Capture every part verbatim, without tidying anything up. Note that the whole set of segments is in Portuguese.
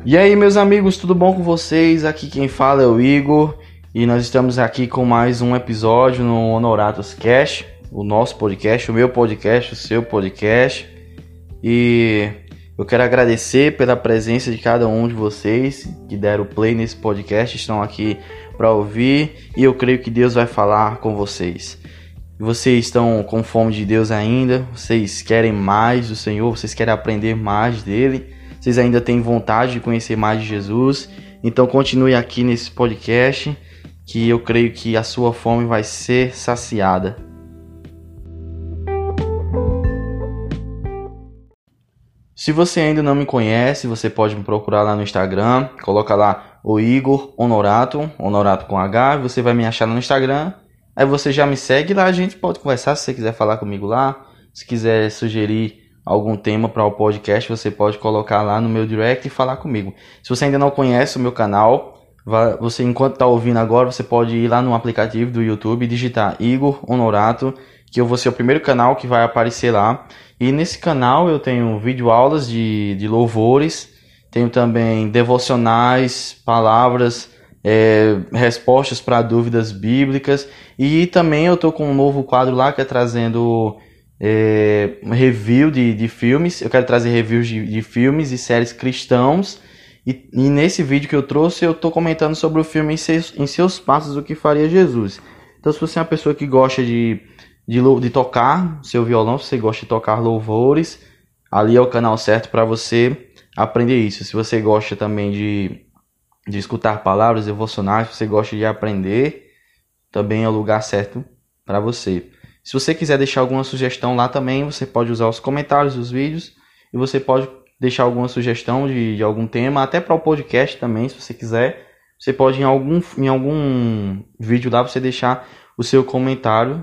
E aí, meus amigos, tudo bom com vocês? Aqui quem fala é o Igor e nós estamos aqui com mais um episódio no Honoratos Cast, o nosso podcast, o meu podcast, o seu podcast. E eu quero agradecer pela presença de cada um de vocês que deram play nesse podcast, estão aqui para ouvir e eu creio que Deus vai falar com vocês. Vocês estão com fome de Deus ainda, vocês querem mais do Senhor, vocês querem aprender mais dele. Vocês ainda têm vontade de conhecer mais de Jesus, então continue aqui nesse podcast, que eu creio que a sua fome vai ser saciada. Se você ainda não me conhece, você pode me procurar lá no Instagram, coloca lá o Igor Honorato, Honorato com H, você vai me achar no Instagram, aí você já me segue lá, a gente pode conversar se você quiser falar comigo lá, se quiser sugerir algum tema para o podcast, você pode colocar lá no meu direct e falar comigo. Se você ainda não conhece o meu canal, você enquanto está ouvindo agora, você pode ir lá no aplicativo do YouTube e digitar Igor Honorato, que eu vou ser o primeiro canal que vai aparecer lá. E nesse canal eu tenho videoaulas de, de louvores, tenho também devocionais, palavras, é, respostas para dúvidas bíblicas. E também eu estou com um novo quadro lá que é trazendo... É, review de, de filmes. Eu quero trazer reviews de, de filmes e séries cristãos e, e nesse vídeo que eu trouxe eu estou comentando sobre o filme em seus, em seus passos, o que faria Jesus. Então se você é uma pessoa que gosta de, de, de tocar seu violão, se você gosta de tocar louvores, ali é o canal certo para você aprender isso. Se você gosta também de, de escutar palavras devocionais, se você gosta de aprender, também é o lugar certo para você. Se você quiser deixar alguma sugestão lá também, você pode usar os comentários dos vídeos e você pode deixar alguma sugestão de, de algum tema, até para o podcast também, se você quiser. Você pode em algum, em algum vídeo lá você deixar o seu comentário,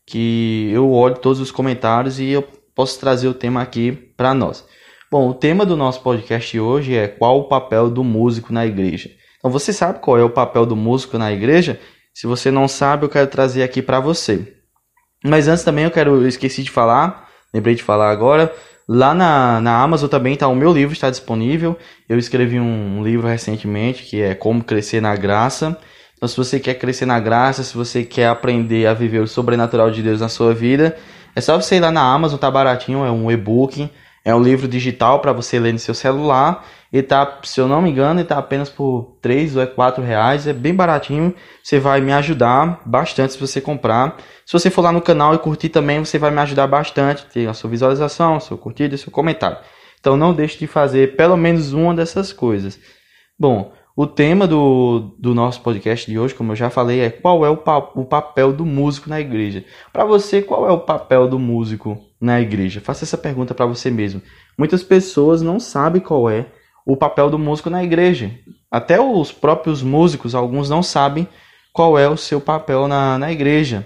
que eu olho todos os comentários e eu posso trazer o tema aqui para nós. Bom, o tema do nosso podcast hoje é qual o papel do músico na igreja. Então você sabe qual é o papel do músico na igreja? Se você não sabe, eu quero trazer aqui para você. Mas antes também eu quero, eu esqueci de falar, lembrei de falar agora, lá na, na Amazon também tá, o meu livro está disponível. Eu escrevi um, um livro recentemente que é Como Crescer na Graça. Então se você quer crescer na graça, se você quer aprender a viver o sobrenatural de Deus na sua vida, é só você ir lá na Amazon, tá baratinho, é um e-book, é um livro digital para você ler no seu celular. E tá, se eu não me engano, ele tá apenas por três ou quatro reais, é bem baratinho. Você vai me ajudar bastante se você comprar. Se você for lá no canal e curtir também, você vai me ajudar bastante. Ter a sua visualização, a sua curtida e seu comentário. Então não deixe de fazer pelo menos uma dessas coisas. Bom, o tema do, do nosso podcast de hoje, como eu já falei, é qual é o, pa- o papel do músico na igreja. Para você, qual é o papel do músico na igreja? Faça essa pergunta para você mesmo. Muitas pessoas não sabem qual é o papel do músico na igreja. Até os próprios músicos, alguns não sabem qual é o seu papel na, na igreja.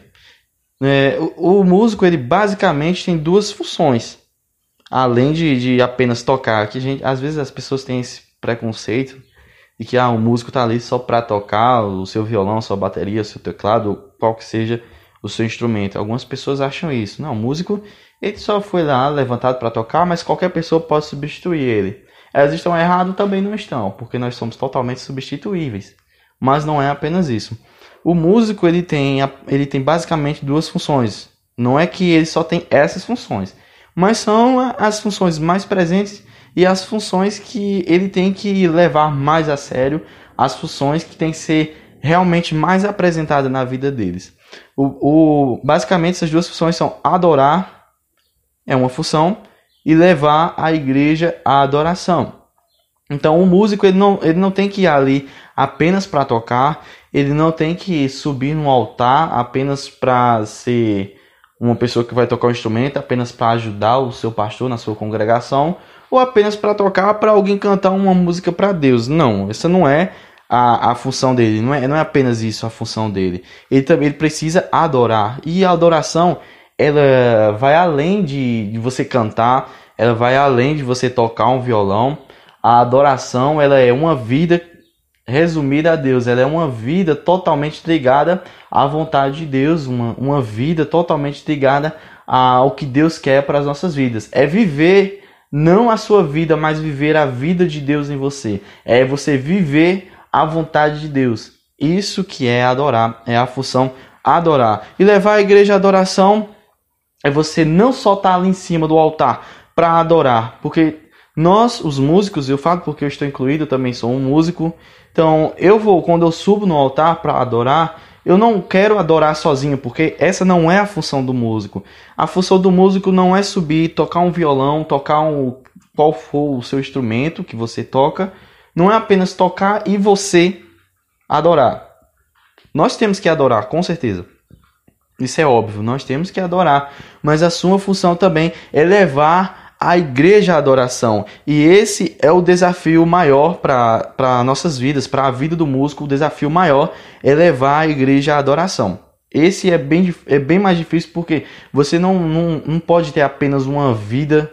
É, o, o músico, ele basicamente tem duas funções. Além de, de apenas tocar. Que a gente, às vezes as pessoas têm esse preconceito de que ah, o músico está ali só para tocar o seu violão, sua bateria, seu teclado, qual que seja o seu instrumento. Algumas pessoas acham isso. Não, o músico ele só foi lá levantado para tocar, mas qualquer pessoa pode substituir ele. Elas estão erradas? Também não estão, porque nós somos totalmente substituíveis. Mas não é apenas isso. O músico ele tem, ele tem basicamente duas funções. Não é que ele só tem essas funções, mas são as funções mais presentes e as funções que ele tem que levar mais a sério, as funções que tem que ser realmente mais apresentadas na vida deles. O, o, basicamente essas duas funções são adorar, é uma função, e levar a igreja à adoração. Então o músico ele não, ele não tem que ir ali apenas para tocar, ele não tem que subir no altar apenas para ser uma pessoa que vai tocar um instrumento, apenas para ajudar o seu pastor na sua congregação, ou apenas para tocar para alguém cantar uma música para Deus. Não, essa não é a, a função dele, não é, não é apenas isso a função dele. Ele também ele precisa adorar, e a adoração ela vai além de, de você cantar, ela vai além de você tocar um violão. A adoração ela é uma vida resumida a Deus, ela é uma vida totalmente ligada à vontade de Deus, uma, uma vida totalmente ligada ao que Deus quer para as nossas vidas. É viver Não a sua vida, mas viver a vida de Deus em você. É você viver a vontade de Deus. Isso que é adorar, é a função adorar. E levar a igreja à adoração é você não só estar ali em cima do altar para adorar, porque nós, os músicos, eu falo porque eu estou incluído, eu também sou um músico, então eu vou, quando eu subo no altar para adorar, eu não quero adorar sozinho, porque essa não é a função do músico. A função do músico não é subir, tocar um violão, tocar um, qual for o seu instrumento que você toca, não é apenas tocar e você adorar. Nós temos que adorar, com certeza. Isso é óbvio, nós temos que adorar. Mas a sua função também é levar a igreja à adoração. E esse é o desafio maior para nossas vidas, para a vida do músico. O desafio maior é levar a igreja à adoração. Esse é bem, é bem mais difícil porque você não, não, não pode ter apenas uma vida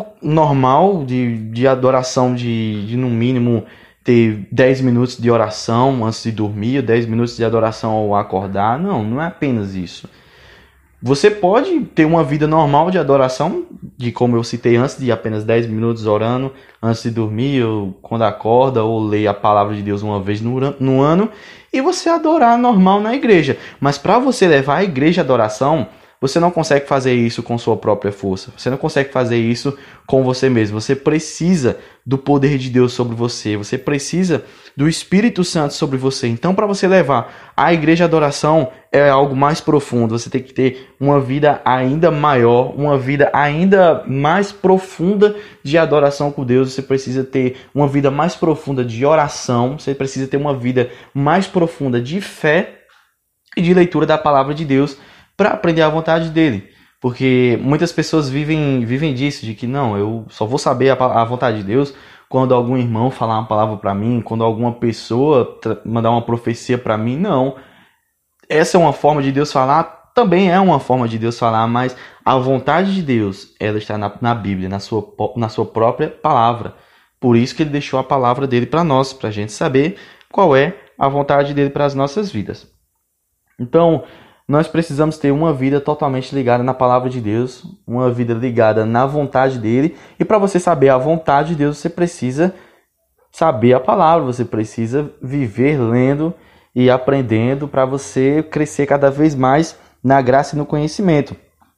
normal de, de adoração, de, de no mínimo ter dez minutos de oração antes de dormir, dez minutos de adoração ao acordar. Não, não é apenas isso. Você pode ter uma vida normal de adoração, de como eu citei antes, de apenas dez minutos orando antes de dormir, ou quando acorda, ou ler a palavra de Deus uma vez no, no ano, e você adorar normal na igreja. Mas para você levar a igreja à adoração, você não consegue fazer isso com sua própria força. Você não consegue fazer isso com você mesmo. Você precisa do poder de Deus sobre você. Você precisa do Espírito Santo sobre você. Então, para você levar a igreja à adoração, é algo mais profundo. Você tem que ter uma vida ainda maior, uma vida ainda mais profunda de adoração com Deus. Você precisa ter uma vida mais profunda de oração. Você precisa ter uma vida mais profunda de fé e de leitura da palavra de Deus, para aprender a vontade dele. Porque muitas pessoas vivem, vivem disso, de que não, eu só vou saber a, a vontade de Deus quando algum irmão falar uma palavra para mim, quando alguma pessoa mandar uma profecia para mim. Não. Essa é uma forma de Deus falar, também é uma forma de Deus falar, mas a vontade de Deus, ela está na, na Bíblia, na sua, na sua própria palavra. Por isso que ele deixou a palavra dele para nós, para a gente saber qual é a vontade dele para as nossas vidas. Então, nós precisamos ter uma vida totalmente ligada na palavra de Deus, uma vida ligada na vontade dele. E para você saber a vontade de Deus, você precisa saber a palavra, você precisa viver lendo e aprendendo para você crescer cada vez mais na graça e no conhecimento.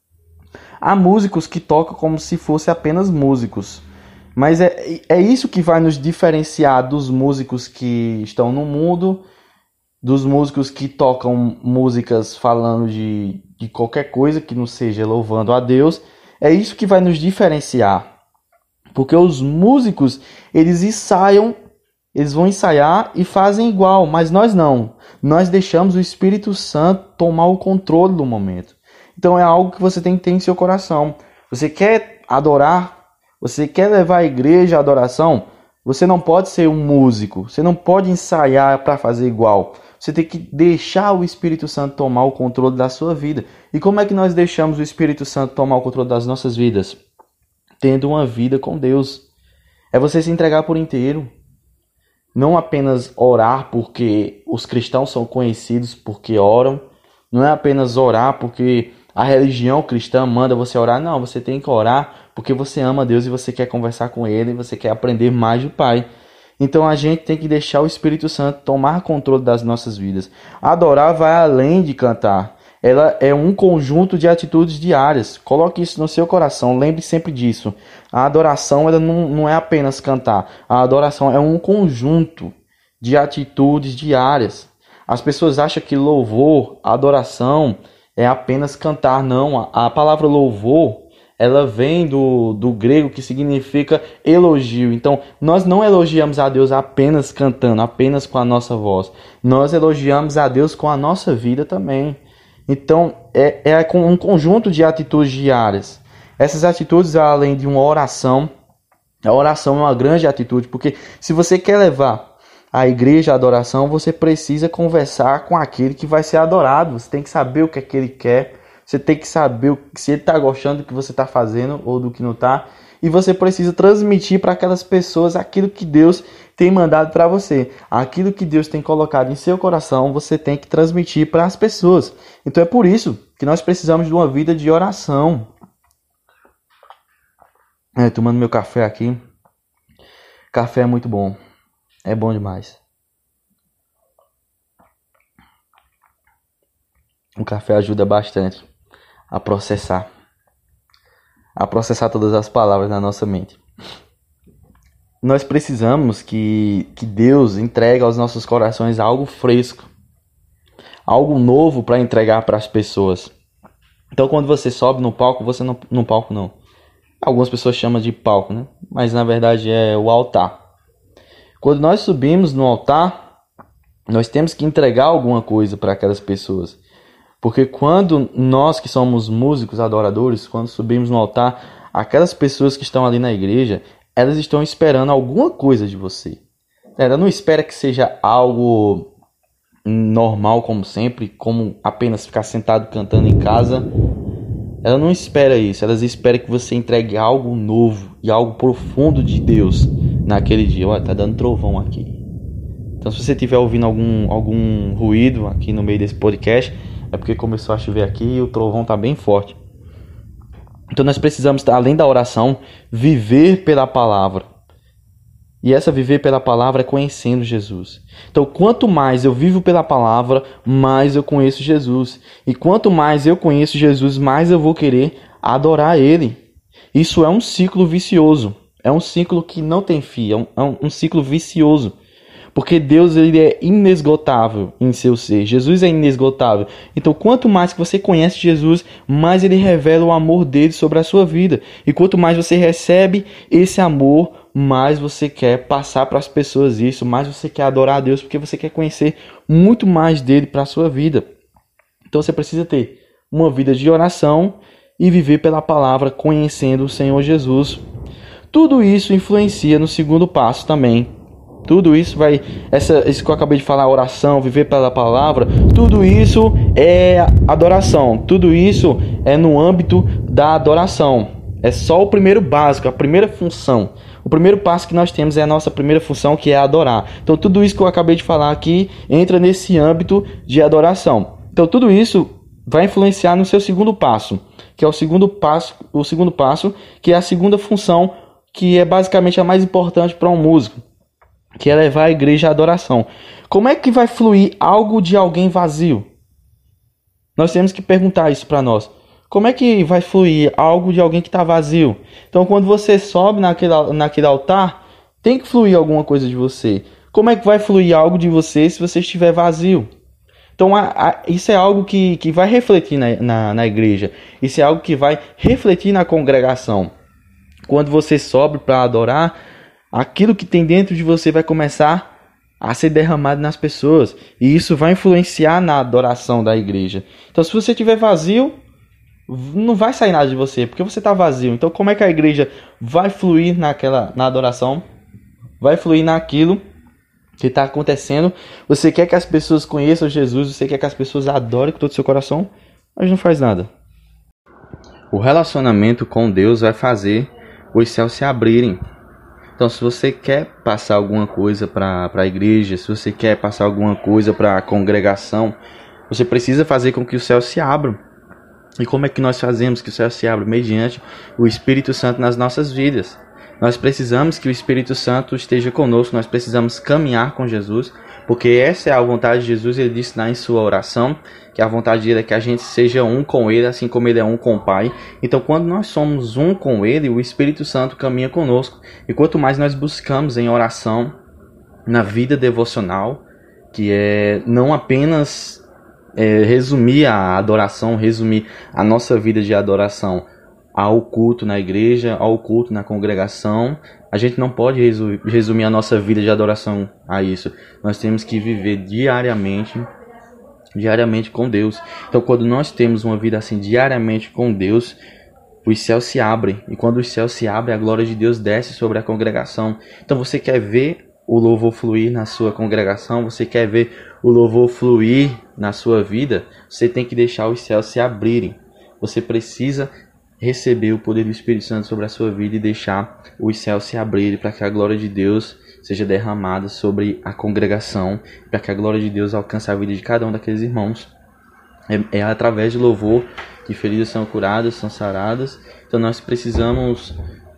Há músicos que tocam como se fossem apenas músicos, mas é, é isso que vai nos diferenciar dos músicos que estão no mundo, dos músicos que tocam músicas falando de, de qualquer coisa que não seja louvando a Deus. É isso que vai nos diferenciar. Porque os músicos, eles ensaiam, eles vão ensaiar e fazem igual, mas nós não. Nós deixamos o Espírito Santo tomar o controle do momento. Então é algo que você tem que ter em seu coração. Você quer adorar? Você quer levar a igreja à adoração? Você não pode ser um músico. Você não pode ensaiar para fazer igual. Você tem que deixar o Espírito Santo tomar o controle da sua vida. E como é que nós deixamos o Espírito Santo tomar o controle das nossas vidas? Tendo uma vida com Deus. É você se entregar por inteiro. Não apenas orar porque os cristãos são conhecidos porque oram. Não é apenas orar porque a religião cristã manda você orar. Não, você tem que orar porque você ama Deus e você quer conversar com Ele e você quer aprender mais do Pai. Então a gente tem que deixar o Espírito Santo tomar controle das nossas vidas. Adorar vai além de cantar. Ela é um conjunto de atitudes diárias. Coloque isso no seu coração. Lembre sempre disso. A adoração ela não, não é apenas cantar. A adoração é um conjunto de atitudes diárias. As pessoas acham que louvor, adoração, é apenas cantar. Não. A, a palavra louvor, ela vem do, do grego que significa elogio. Então, nós não elogiamos a Deus apenas cantando, apenas com a nossa voz. Nós elogiamos a Deus com a nossa vida também. Então, é, é um conjunto de atitudes diárias. Essas atitudes, além de uma oração, a oração é uma grande atitude, porque se você quer levar a igreja à adoração, você precisa conversar com aquele que vai ser adorado. Você tem que saber o que é que ele quer. Você tem que saber se ele está gostando do que você está fazendo ou do que não está. E você precisa transmitir para aquelas pessoas aquilo que Deus tem mandado para você. Aquilo que Deus tem colocado em seu coração, você tem que transmitir para as pessoas. Então é por isso que nós precisamos de uma vida de oração. É, tomando meu café aqui. Café é muito bom. É bom demais. O café ajuda bastante a processar. A processar todas as palavras na nossa mente. Nós precisamos que, que Deus entregue aos nossos corações algo fresco. Algo novo para entregar para as pessoas. Então quando você sobe no palco, você não... No palco não. Algumas pessoas chamam de palco, né? Mas na verdade é o altar. Quando nós subimos no altar, nós temos que entregar alguma coisa para aquelas pessoas. Porque quando nós que somos músicos, adoradores, quando subimos no altar, aquelas pessoas que estão ali na igreja, elas estão esperando alguma coisa de você. Ela não espera que seja algo normal como sempre, como apenas ficar sentado cantando em casa. Ela não espera isso, elas esperam que você entregue algo novo e algo profundo de Deus naquele dia. Olha, tá dando trovão aqui. Então se você estiver ouvindo algum, algum ruído aqui no meio desse podcast, é porque começou a chover aqui e o trovão tá bem forte. Então nós precisamos, além da oração, viver pela palavra. E essa viver pela palavra é conhecendo Jesus. Então, quanto mais eu vivo pela palavra, mais eu conheço Jesus. E quanto mais eu conheço Jesus, mais eu vou querer adorar Ele. Isso é um ciclo vicioso. É um ciclo que não tem fim. É um, é um ciclo vicioso. Porque Deus ele é inesgotável em seu ser. Jesus é inesgotável. Então, quanto mais que você conhece Jesus, mais Ele revela o amor dele sobre a sua vida. E quanto mais você recebe esse amor, mais você quer passar para as pessoas isso, mais você quer adorar a Deus, porque você quer conhecer muito mais dele para a sua vida. Então você precisa ter uma vida de oração e viver pela palavra, conhecendo o Senhor Jesus. Tudo isso influencia no segundo passo também. Tudo isso vai, essa, isso que eu acabei de falar, oração, viver pela palavra, tudo isso é adoração. Tudo isso é no âmbito da adoração. É só o primeiro básico, a primeira função. O primeiro passo que nós temos é a nossa primeira função, que é adorar. Então tudo isso que eu acabei de falar aqui entra nesse âmbito de adoração. Então tudo isso vai influenciar no seu segundo passo, que é o segundo passo, o segundo passo, que é a segunda função, que é basicamente a mais importante para um músico, que é levar a igreja à adoração. Como é que vai fluir algo de alguém vazio? Nós temos que perguntar isso para nós. Como é que vai fluir algo de alguém que está vazio? Então, quando você sobe naquele, naquele altar, tem que fluir alguma coisa de você. Como é que vai fluir algo de você se você estiver vazio? Então, a, a, isso é algo que, que vai refletir na, na, na igreja. Isso é algo que vai refletir na congregação. Quando você sobe para adorar, aquilo que tem dentro de você vai começar a ser derramado nas pessoas. E isso vai influenciar na adoração da igreja. Então, se você estiver vazio, não vai sair nada de você, porque você está vazio. Então como é que a igreja vai fluir naquela, na adoração? Vai fluir naquilo que está acontecendo. Você quer que as pessoas conheçam Jesus, você quer que as pessoas adorem com todo o seu coração, mas não faz nada. O relacionamento com Deus vai fazer os céus se abrirem. Então se você quer passar alguma coisa para a igreja, se você quer passar alguma coisa para a congregação, você precisa fazer com que os céus se abram. E como é que nós fazemos que o céu se abra? Mediante o Espírito Santo nas nossas vidas. Nós precisamos que o Espírito Santo esteja conosco, nós precisamos caminhar com Jesus, porque essa é a vontade de Jesus. Ele disse lá em sua oração, que a vontade dele é que a gente seja um com ele, assim como ele é um com o Pai. Então quando nós somos um com ele, o Espírito Santo caminha conosco. E quanto mais nós buscamos em oração, na vida devocional, que é não apenas... É, resumir a adoração, resumir a nossa vida de adoração ao culto na igreja, ao culto na congregação. A gente não pode resu- resumir a nossa vida de adoração a isso. Nós temos que viver diariamente, diariamente com Deus. Então, quando nós temos uma vida assim diariamente com Deus, os céus se abrem. E quando os céus se abrem, a glória de Deus desce sobre a congregação. Então, você quer ver o louvor fluir na sua congregação? Você quer ver o louvor fluir na sua vida? Você tem que deixar os céus se abrirem. Você precisa receber o poder do Espírito Santo sobre a sua vida e deixar os céus se abrirem para que a glória de Deus seja derramada sobre a congregação, para que a glória de Deus alcance a vida de cada um daqueles irmãos. É, é através do louvor que feridas são curadas, são saradas. Então nós precisamos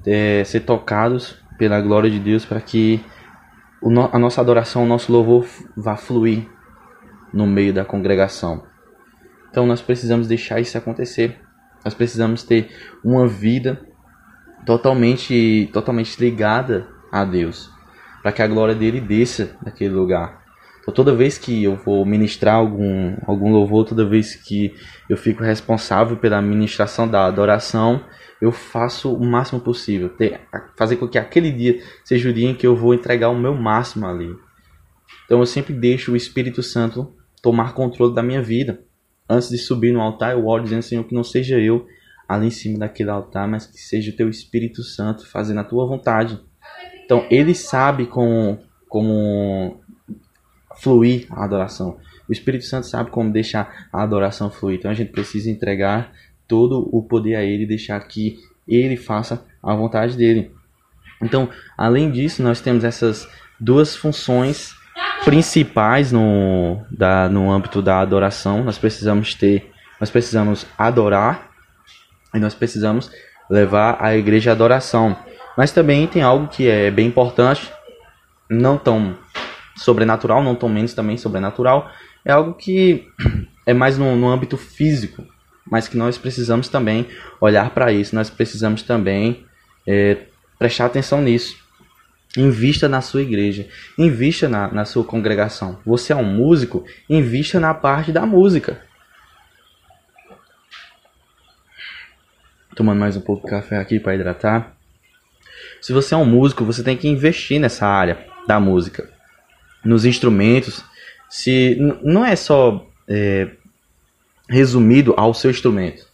é, ser tocados pela glória de Deus, para que o no, a nossa adoração, o nosso louvor vá fluir no meio da congregação. Então nós precisamos deixar isso acontecer. Nós precisamos ter uma vida totalmente, totalmente ligada a Deus, para que a glória dele desça daquele lugar. Então, toda vez que eu vou ministrar algum, algum louvor, toda vez que eu fico responsável pela ministração da adoração, eu faço o máximo possível, ter, fazer com que aquele dia seja o dia em que eu vou entregar o meu máximo ali. Então eu sempre deixo o Espírito Santo tomar controle da minha vida. Antes de subir no altar, eu oro dizendo: Senhor, que não seja eu ali em cima daquele altar, mas que seja o teu Espírito Santo fazendo a tua vontade. Então ele sabe como, como fluir a adoração. O Espírito Santo sabe como deixar a adoração fluir. Então a gente precisa entregar todo o poder a ele e deixar que ele faça a vontade dele. Então, além disso, nós temos essas duas funções principais no, da, no âmbito da adoração. Nós precisamos ter, nós precisamos adorar e nós precisamos levar a igreja à adoração. Mas também tem algo que é bem importante, não tão sobrenatural, não tão menos também sobrenatural. É algo que é mais no, no âmbito físico, mas que nós precisamos também olhar para isso. Nós precisamos também é, prestar atenção nisso. Invista na sua igreja, invista na, na sua congregação. Você é um músico, invista na parte da música. Tomando mais um pouco de café aqui para hidratar. Se você é um músico, você tem que investir nessa área da música, nos instrumentos. Se não é só é, resumido ao seu instrumento,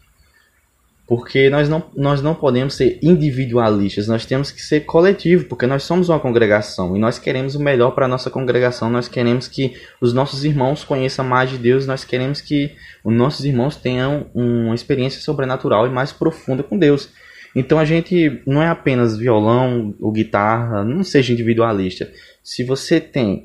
porque nós não, nós não podemos ser individualistas, nós temos que ser coletivo, porque nós somos uma congregação e nós queremos o melhor para a nossa congregação. Nós queremos que os nossos irmãos conheçam mais de Deus, nós queremos que os nossos irmãos tenham uma experiência sobrenatural e mais profunda com Deus. Então a gente não é apenas violão ou guitarra, não seja individualista. Se você tem,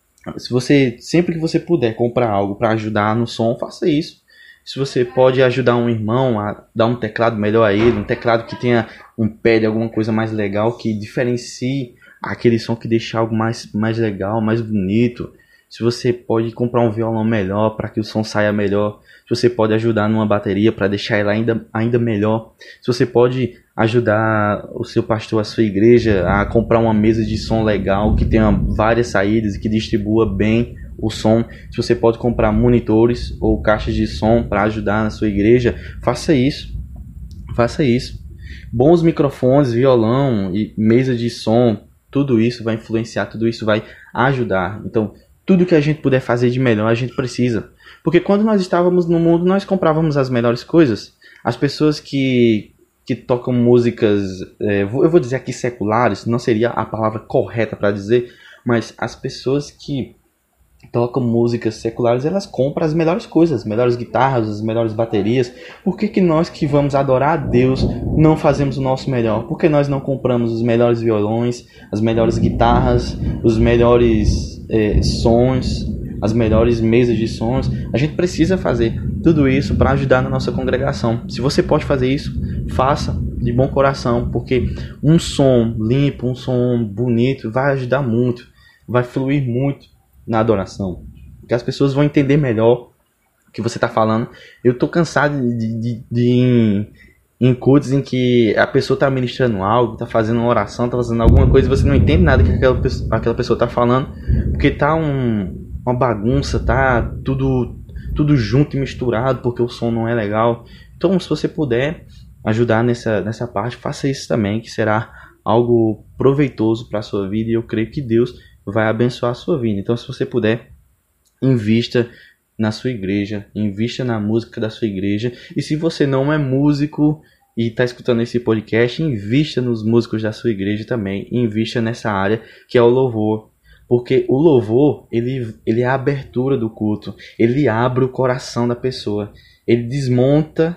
se você sempre que você puder comprar algo para ajudar no som, faça isso. Se você pode ajudar um irmão a dar um teclado melhor a ele, um teclado que tenha um pad, alguma coisa mais legal, que diferencie aquele som, que deixe algo mais, mais legal, mais bonito. Se você pode comprar um violão melhor para que o som saia melhor. Se você pode ajudar numa bateria para deixar ela ainda, ainda melhor. Se você pode ajudar o seu pastor, a sua igreja, a comprar uma mesa de som legal, que tenha várias saídas e que distribua bem o som. Se você pode comprar monitores ou caixas de som para ajudar na sua igreja, faça isso. Faça isso. Bons microfones, violão e mesa de som, tudo isso vai influenciar, tudo isso vai ajudar. Então, tudo que a gente puder fazer de melhor, a gente precisa. Porque quando nós estávamos no mundo, nós comprávamos as melhores coisas. As pessoas que, que tocam músicas, é, eu vou dizer aqui seculares, não seria a palavra correta para dizer, mas as pessoas que tocam músicas seculares, elas compram as melhores coisas, as melhores guitarras, as melhores baterias. Por que que nós que vamos adorar a Deus não fazemos o nosso melhor? Por que nós não compramos os melhores violões, as melhores guitarras, os melhores é, sons, as melhores mesas de sons? A gente precisa fazer tudo isso para ajudar na nossa congregação. Se você pode fazer isso, faça de bom coração, porque um som limpo, um som bonito vai ajudar muito, vai fluir muito na adoração, porque as pessoas vão entender melhor o que você está falando. Eu estou cansado de, de, de, de em, em cultos em que a pessoa está ministrando algo, está fazendo uma oração, está fazendo alguma coisa e você não entende nada que aquela, aquela pessoa está falando, porque tá um, uma bagunça, tá tudo, tudo junto e misturado, porque o som não é legal. Então, se você puder ajudar nessa, nessa parte, faça isso também, que será algo proveitoso para a sua vida, e eu creio que Deus vai abençoar a sua vida. Então, se você puder, invista na sua igreja, invista na música da sua igreja. E se você não é músico e está escutando esse podcast, invista nos músicos da sua igreja também, invista nessa área que é o louvor. Porque o louvor, ele, ele é a abertura do culto, ele abre o coração da pessoa, ele desmonta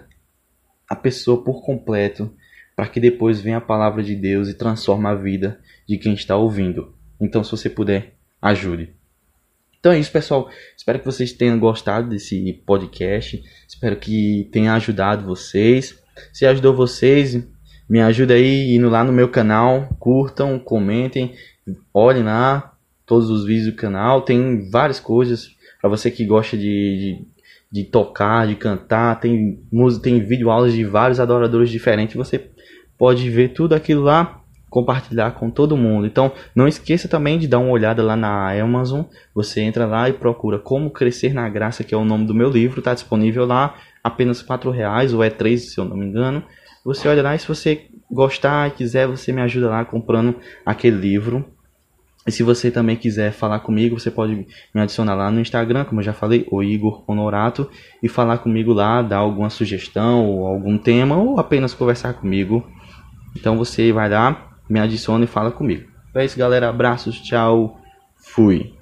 a pessoa por completo, para que depois venha a palavra de Deus e transforme a vida de quem está ouvindo. Então, se você puder, ajude. Então é isso, pessoal. Espero que vocês tenham gostado desse podcast. Espero que tenha ajudado vocês. Se ajudou vocês, me ajuda aí indo lá no meu canal, curtam, comentem, olhem lá todos os vídeos do canal, tem várias coisas para você que gosta de, de, de tocar, de cantar, tem música, tem vídeo aulas de vários adoradores diferentes, você pode ver tudo aquilo lá, compartilhar com todo mundo. Então não esqueça também de dar uma olhada lá na Amazon, você entra lá e procura Como Crescer na Graça, que é o nome do meu livro, está disponível lá, apenas quatro reais, ou é três se eu não me engano. Você olha lá e se você gostar e quiser, você me ajuda lá comprando aquele livro. E se você também quiser falar comigo, você pode me adicionar lá no Instagram, como eu já falei, o Igor Honorato, e falar comigo lá, dar alguma sugestão ou algum tema, ou apenas conversar comigo. Então você vai lá, me adiciona e fala comigo. É isso, galera. Abraços, tchau, fui.